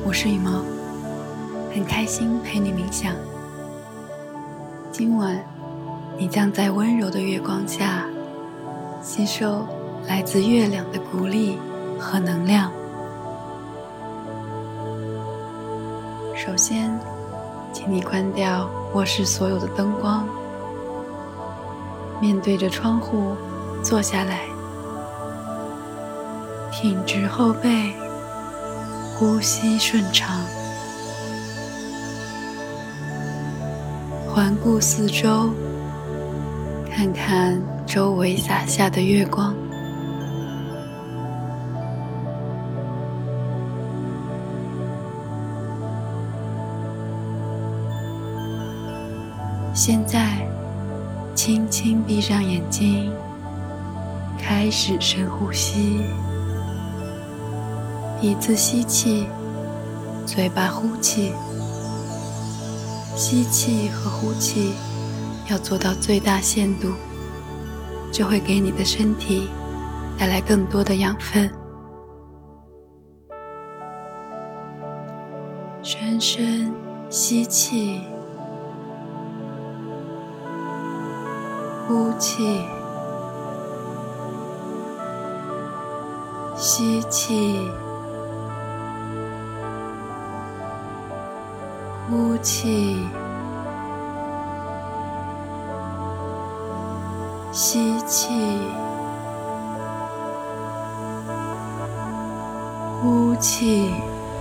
我是羽毛，很开心陪你冥想。今晚你将在温柔的月光下吸收来自月亮的鼓励和能量。首先，请你关掉卧室所有的灯光，面对着窗户坐下来，挺直后背，呼吸顺畅，环顾四周，看看周围洒下的月光。现在，轻轻闭上眼睛，开始深呼吸。鼻子吸气，嘴巴呼气。吸气和呼气要做到最大限度，这会给你的身体带来更多的养分。深深吸气，呼气，吸气，呼气，吸气，呼气。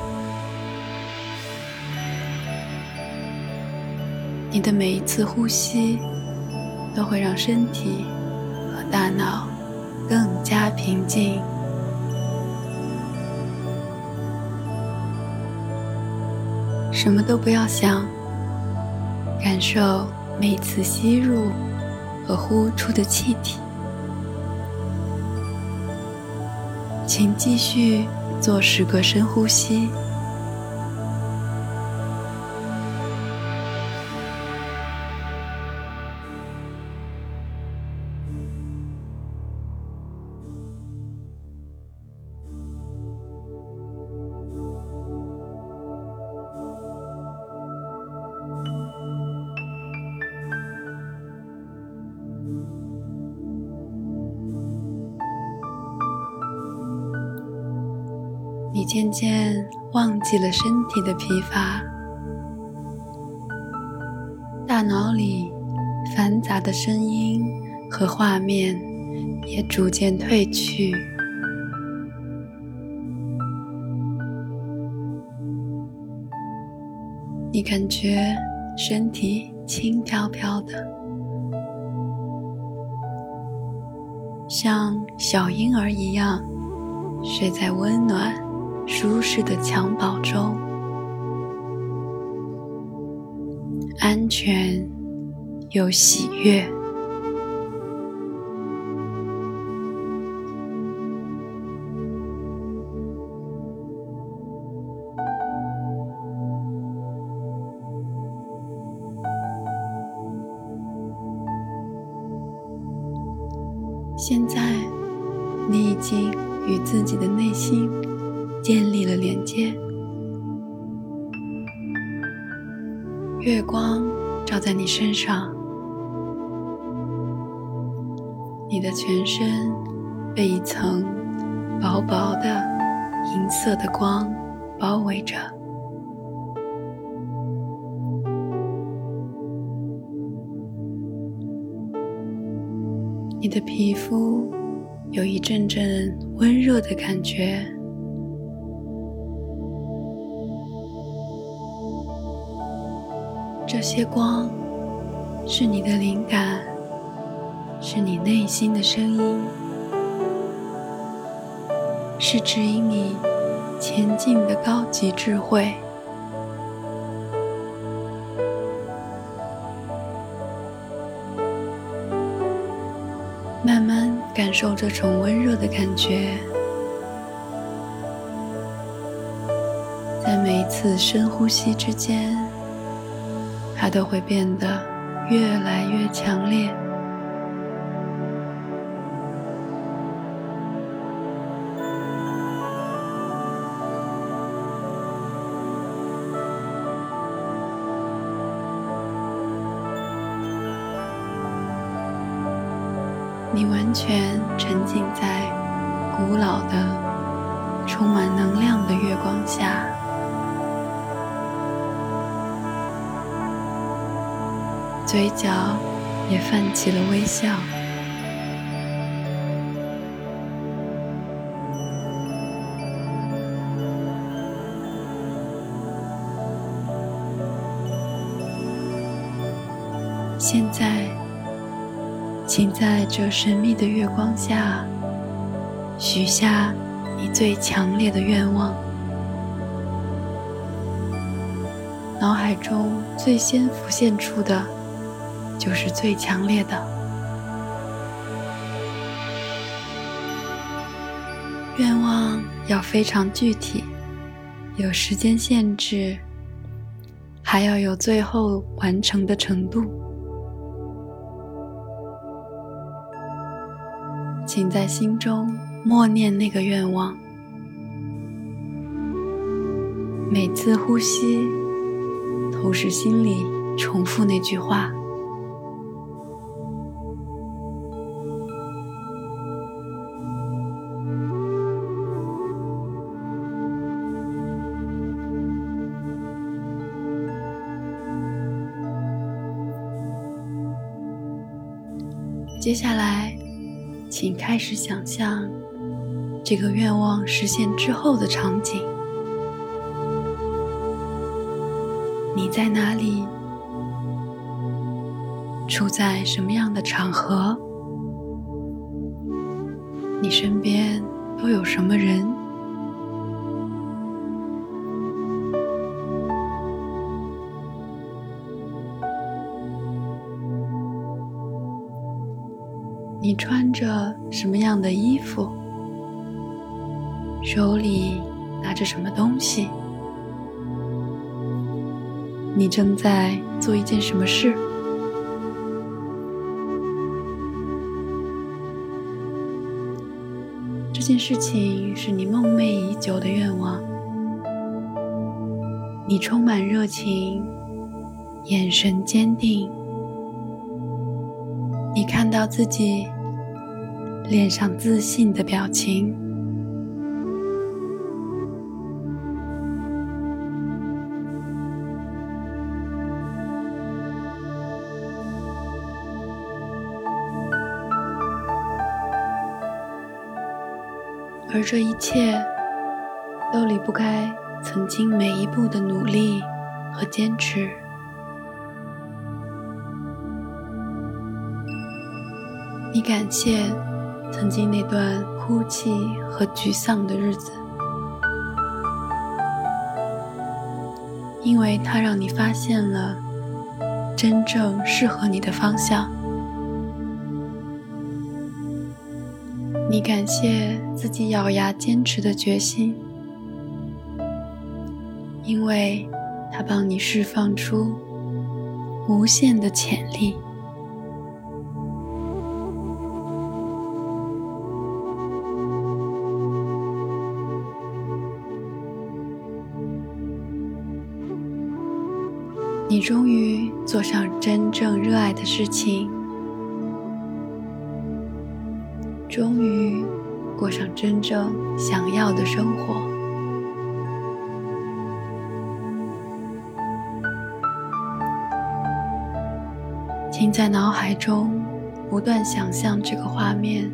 你的每一次呼吸都会让身体和大脑更加平静。什么都不要想，感受每一次吸入和呼出的气体。请继续做10个深呼吸。你渐渐忘记了身体的疲乏，大脑里繁杂的声音和画面也逐渐褪去。你感觉身体轻飘飘的，像小婴儿一样睡在温暖舒适的襁褓中，安全又喜悦。现在，你已经与自己的内心建立了连接。月光照在你身上，你的全身被一层薄薄的银色的光包围着。你的皮肤有一阵阵温热的感觉，这些光是你的灵感，是你内心的声音，是指引你前进的高级智慧。慢慢感受这种温热的感觉，在每一次深呼吸之间，它都会变得越来越强烈。 你完全沉浸在古老的、充满能量的月光下，嘴角也泛起了微笑。现在，请在这神秘的月光下，许下你最强烈的愿望。脑海中最先浮现出的，就是最强烈的愿望，要非常具体，有时间限制，还要有最后完成的程度。请在心中默念那个愿望，每次呼吸，同时心里重复那句话。接下来，请开始想象这个愿望实现之后的场景。你在哪里？处在什么样的场合？你身边都有什么人？你穿着什么样的衣服？手里拿着什么东西？你正在做一件什么事？这件事情是你梦寐已久的愿望。你充满热情，眼神坚定。你看到自己脸上自信的表情。而这一切都离不开曾经每一步的努力和坚持。你感谢曾经那段哭泣和沮丧的日子，因为它让你发现了真正适合你的方向。你感谢自己咬牙坚持的决心，因为它帮你释放出无限的潜力。你终于做上真正热爱的事情，终于过上真正想要的生活。请在脑海中不断想象这个画面，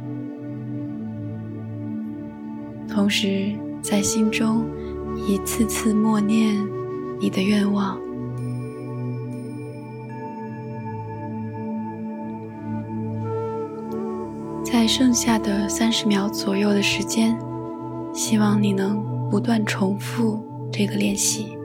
同时在心中一次次默念你的愿望。在剩下的30秒左右的时间，希望你能不断重复这个练习。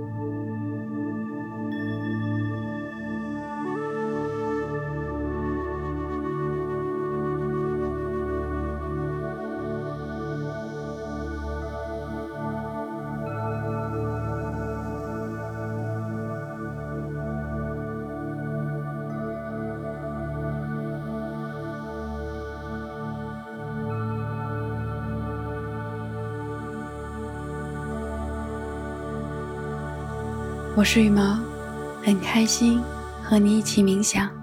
我是羽毛，很开心和你一起冥想。